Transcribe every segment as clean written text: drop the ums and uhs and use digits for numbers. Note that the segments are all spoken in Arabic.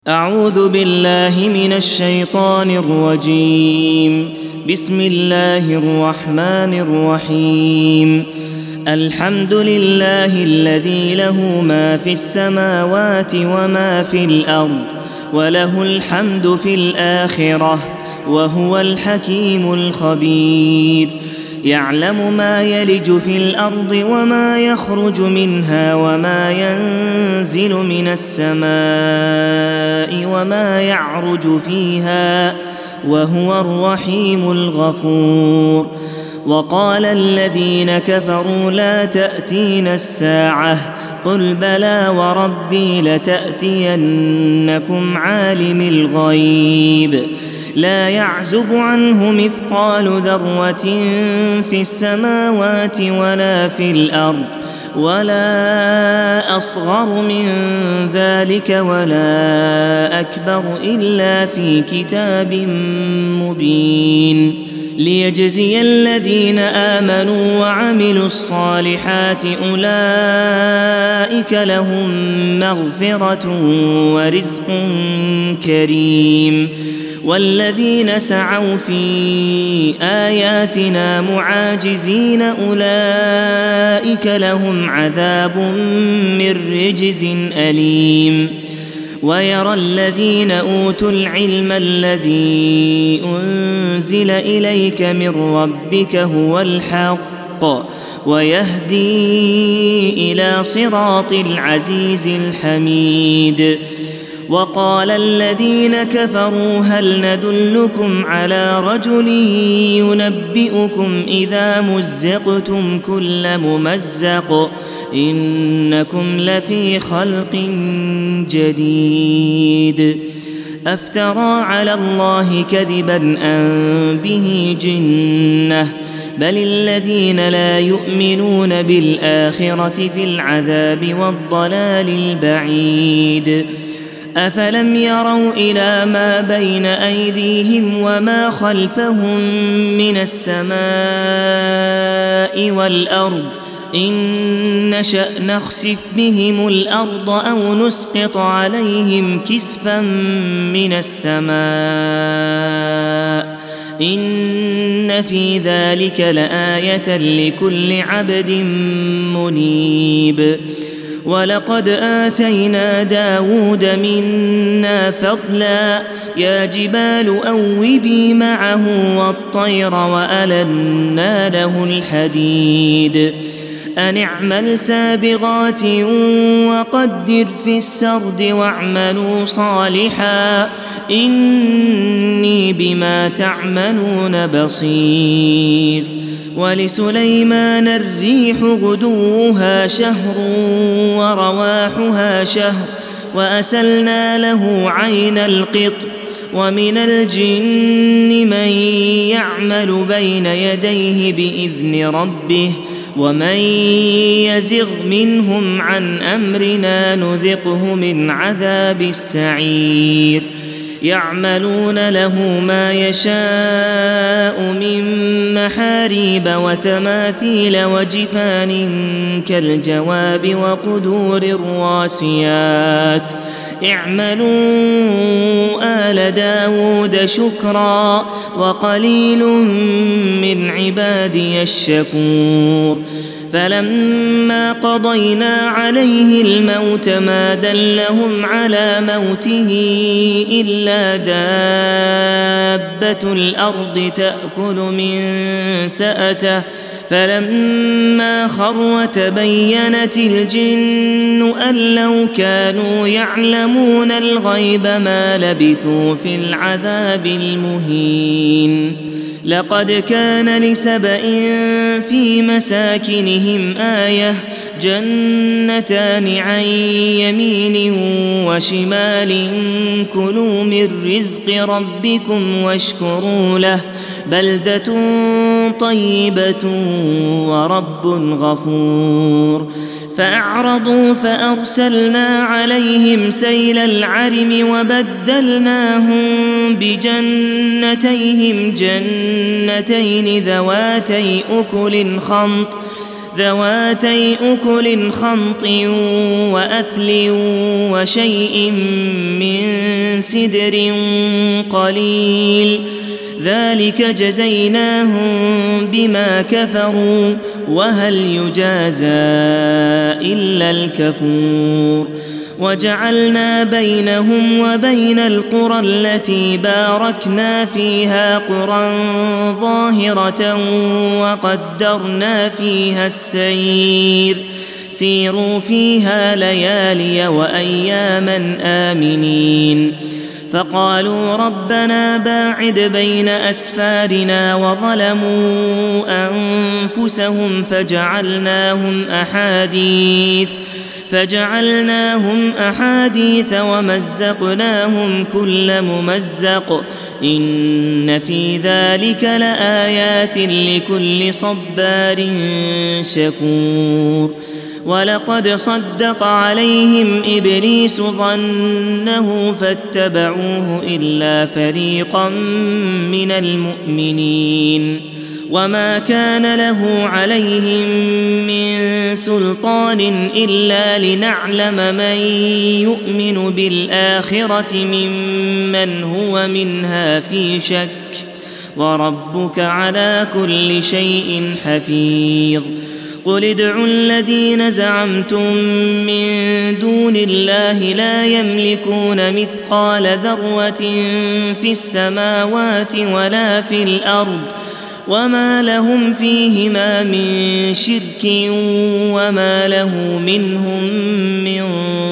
أعوذ بالله من الشيطان الرجيم. بسم الله الرحمن الرحيم. الحمد لله الذي له ما في السماوات وما في الأرض وله الحمد في الآخرة وهو الحكيم الخبير. يعلم ما يلج في الأرض وما يخرج منها وما ينزل من السماء وما يعرج فيها وهو الرحيم الغفور. وقال الذين كفروا لا تأتينا الساعة قل بلى وربي لتأتينكم عالم الغيب لا يعزب عنه مثقال ذرة في السماوات ولا في الأرض ولا أصغر من ذلك ولا أكبر إلا في كتاب مبين ليجزي الذين آمنوا وعملوا الصالحات أولئك لهم مغفرة ورزق كريم. والذين سعوا في آياتنا معاجزين أولئك لهم عذاب من رجز أليم. ويرى الذين أوتوا العلم الذي أنزل إليك من ربك هو الحق ويهدي إلى صراط العزيز الحميد. وقال الذين كفروا هل ندلكم على رجل ينبئكم إذا مزقتم كل ممزق إنكم لفي خلق جديد. أفترى على الله كذبا أم به جنة بل الذين لا يؤمنون بالآخرة في العذاب والضلال البعيد. أفلم يروا إلى ما بين أيديهم وما خلفهم من السماء والأرض إن نشأ نخسف بهم الأرض أو نسقط عليهم كسفا من السماء إن في ذلك لآية لكل عبد منيب. ولقد آتينا داود منا فضلا يا جبال أوبي معه والطير وألنا له الحديد أن اعمل سابغات وقدر في السرد واعملوا صالحا إني بما تعملون بصير. ولسليمان الريح غدوها شهر ورواحها شهر وأسلنا له عين القطر. ومن الجن من يعمل بين يديه بإذن ربه ومن يزغ منهم عن أمرنا نذقه من عذاب السعير. يعملون له ما يشاء من محاريب وتماثيل وجفان كالجواب وقدور الراسيات اعملوا آل داود شكرا وقليل من عبادي الشكور. فلما قضينا عليه الموت ما دلهم على موته إلا دابة الأرض تأكل من سأته فلما خر تبينت الجن أن لو كانوا يعلمون الغيب ما لبثوا في العذاب المهين. لقد كان لسبإ في مساكنهم آية جنتان عن يمين وشمال كلوا من رزق ربكم واشكروا له بلدة طيبة ورب غفور. فأعرضوا فأرسلنا عليهم سيل العرم وبدلناهم بجنتيهم جنتين ذواتي أكل خمط ذواتي أكل خمط وأثل وشيء من سدر قليل ذلك جزيناهم بما كفروا وهل يجازى إلا الكفور وجعلنا بينهم وبين القرى التي باركنا فيها قرى ظاهرة وقدرنا فيها السير سيروا فيها ليالي وأياما آمنين فقالوا ربنا باعد بين أسفارنا وظلموا أنفسهم فجعلناهم أحاديث ومزقناهم كل ممزق إن في ذلك لآيات لكل صبار شكور ولقد صدق عليهم إبليس ظنه فاتبعوه إلا فريقا من المؤمنين وما كان له عليهم من سلطان إلا لنعلم من يؤمن بالآخرة ممن هو منها في شك وربك على كل شيء حفيظ قل ادعوا الذين زعمتم من دون الله لا يملكون مثقال ذرة في السماوات ولا في الأرض وما لهم فيهما من شرك وما له منهم من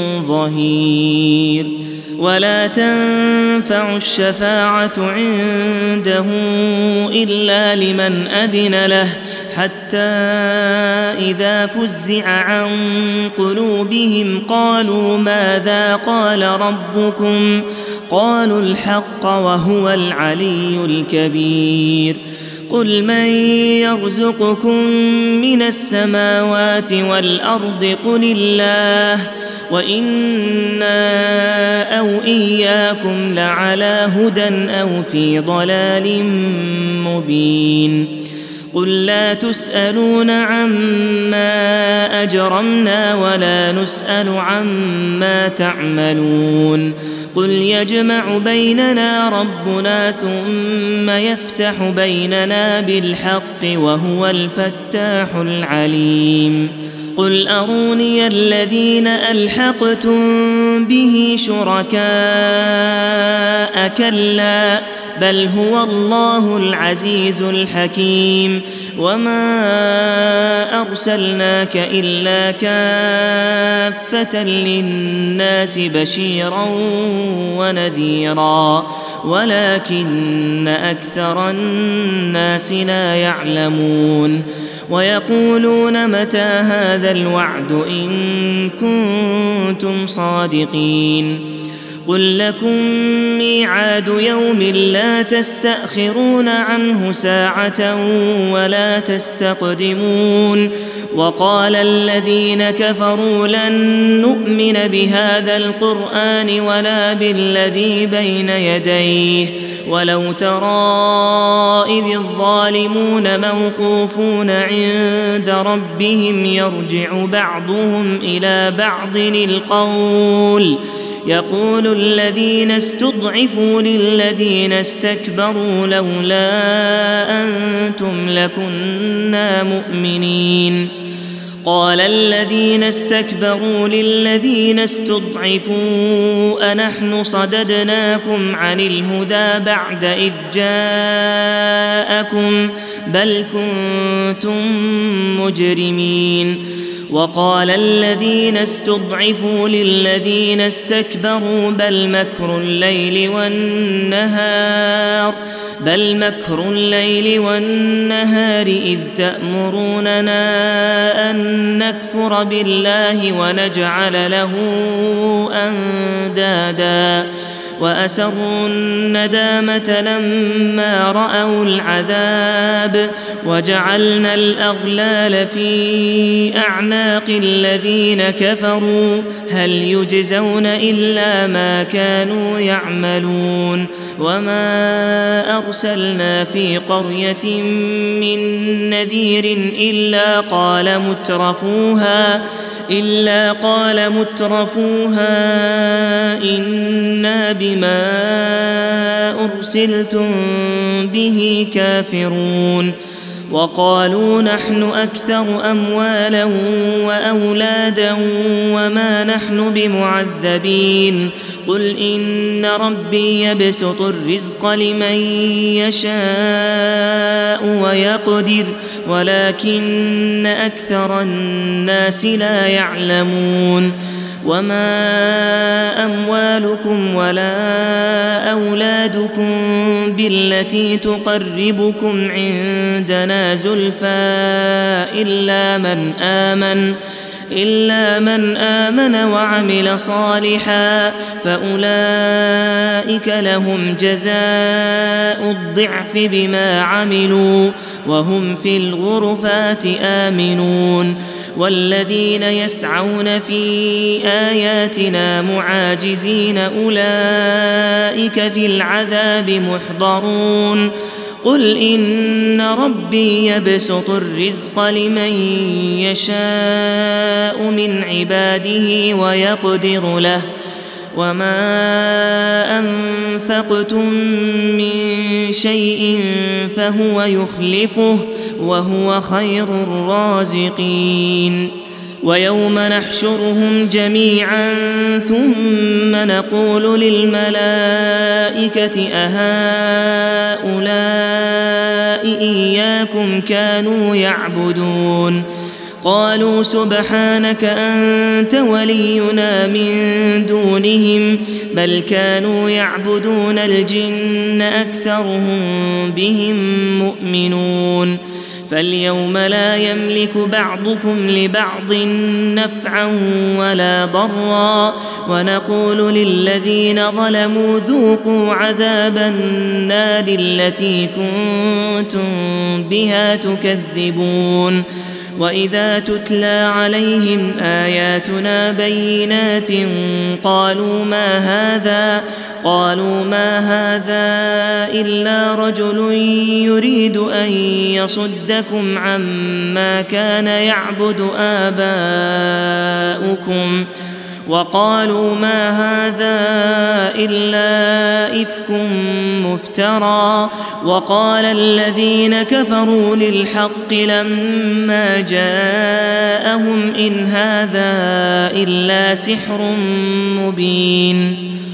ظهير ولا تنفع الشفاعة عنده إلا لمن أذن له حتى إذا فزع عن قلوبهم قالوا ماذا قال ربكم قالوا الحق وهو العلي الكبير قل من يرزقكم من السماوات والأرض قل الله وإنا أو إياكم لعلى هدى أو في ضلال مبين قل لا تسألون عما أجرمنا ولا نسأل عما تعملون قل يجمع بيننا ربنا ثم يفتح بيننا بالحق وهو الفتاح العليم قل أروني الذين ألحقتم به شركاء كلا بل هو الله العزيز الحكيم وما أرسلناك إلا كافة للناس بشيرا ونذيرا ولكن أكثر الناس لا يعلمون ويقولون متى هذا الوعد إن كنتم صادقين قل لكم ميعاد يوم لا تستأخرون عنه ساعة ولا تستقدمون وقال الذين كفروا لن نؤمن بهذا القرآن ولا بالذي بين يديه ولو ترى إذ الظالمون موقوفون عند ربهم يرجع بعضهم إلى بعض القول يقول الذين استضعفوا للذين استكبروا لولا أنتم لكنا مؤمنين قال الذين استكبروا للذين استضعفوا أنحن صددناكم عن الهدى بعد إذ جاءكم بل كنتم مجرمين وقال الذين استضعفوا للذين استكبروا بل مكر الليل والنهار إذ تأمروننا أن نكفر بالله وأسروا الندامة لما رأوا العذاب وجعلنا الأغلال في أعناق الذين كفروا هل يجزون إلا ما كانوا يعملون وما أرسلنا في قرية من نذير إلا قال مترفوها إنا بما أرسلتم به كافرون وقالوا نحن أكثر أموالا وأولادا وما نحن بمعذبين قل إن ربي يبسط الرزق لمن يشاء ويقدر ولكن أكثر الناس لا يعلمون وما أموالكم ولا أولادكم بالتي تقربكم عندنا زلفى إلا من آمن وعمل صالحا فأولئك لهم جزاء الضعف بما عملوا وهم في الغرفات آمنون والذين يسعون في آياتنا معاجزين أولئك في العذاب محضرون قل إن ربي يبسط الرزق لمن يشاء من عباده ويقدر له وما أنفقتم من شيء فهو يخلفه وهو خير الرازقين ويوم نحشرهم جميعا ثم نقول للملائكة أهؤلاء إياكم كانوا يعبدون قالوا سبحانك أنت ولينا من دونهم بل كانوا يعبدون الجن أكثرهم بهم مؤمنون فاليوم لا يملك بعضكم لبعض نفعا ولا ضرا ونقول للذين ظلموا ذوقوا عذاب النار التي كنتم بها تكذبون وإذا تتلى عليهم آياتنا بينات قالوا ما هذا إلا رجل يريد أن يصدكم عما كان يعبد آباؤكم وقالوا ما هذا إلا إفك مفترى وقال الذين كفروا للحق لما جاءهم إن هذا إلا سحر مبين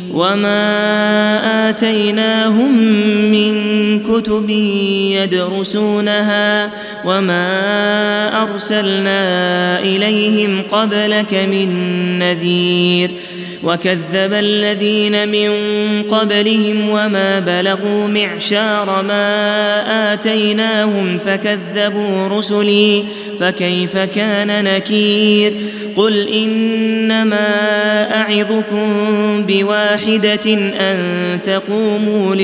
وما آتيناهم من كتب يدرسونها وما أرسلنا إليهم قبلك من نذير وكذب الذين من قبلهم وما بلغوا معشار ما آتيناهم فكذبوا رسلي فكيف كان نكير قل إنما أعظكم بواحدة أن تقوموا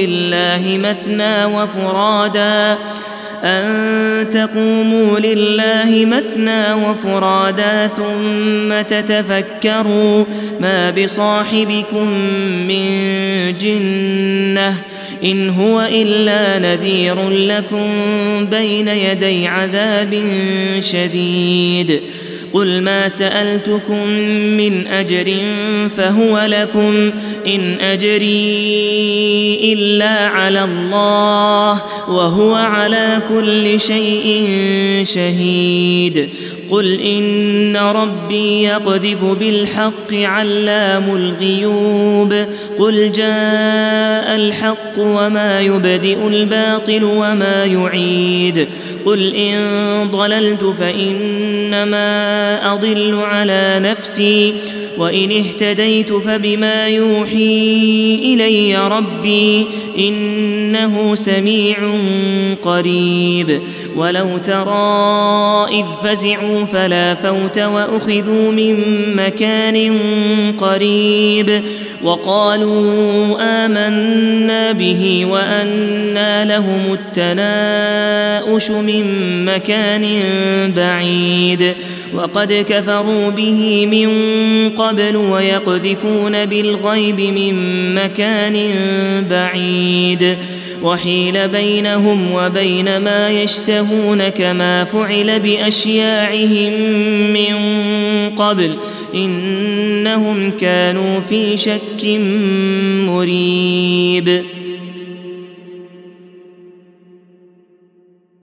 لله مثنى وفرادا ثم تتفكروا ما بصاحبكم من جنة إن هو إلا نذير لكم بين يدي عذاب شديد قل ما سألتكم من أجر فهو لكم إن أجري إلا على الله وهو على كل شيء شهيد قل إن ربي يقذف بالحق علام الغيوب قل جاء الحق وما يبدئ الباطل وما يعيد قل إن ضللت فإنما أضل على نفسي وإن اهتديت فبما يوحي إلي ربي إنه سميع قريب ولو ترى إذ فزعوا فلا فوت وأخذوا من مكان قريب وقالوا آمنا به وأنى لهم التناؤش من مكان بعيد وقد كفروا به من قبل ويقذفون بالغيب من مكان بعيد وحيل بينهم وبين ما يشتهون كما فعل بأشياعهم من قبل إنهم كانوا في شك مريب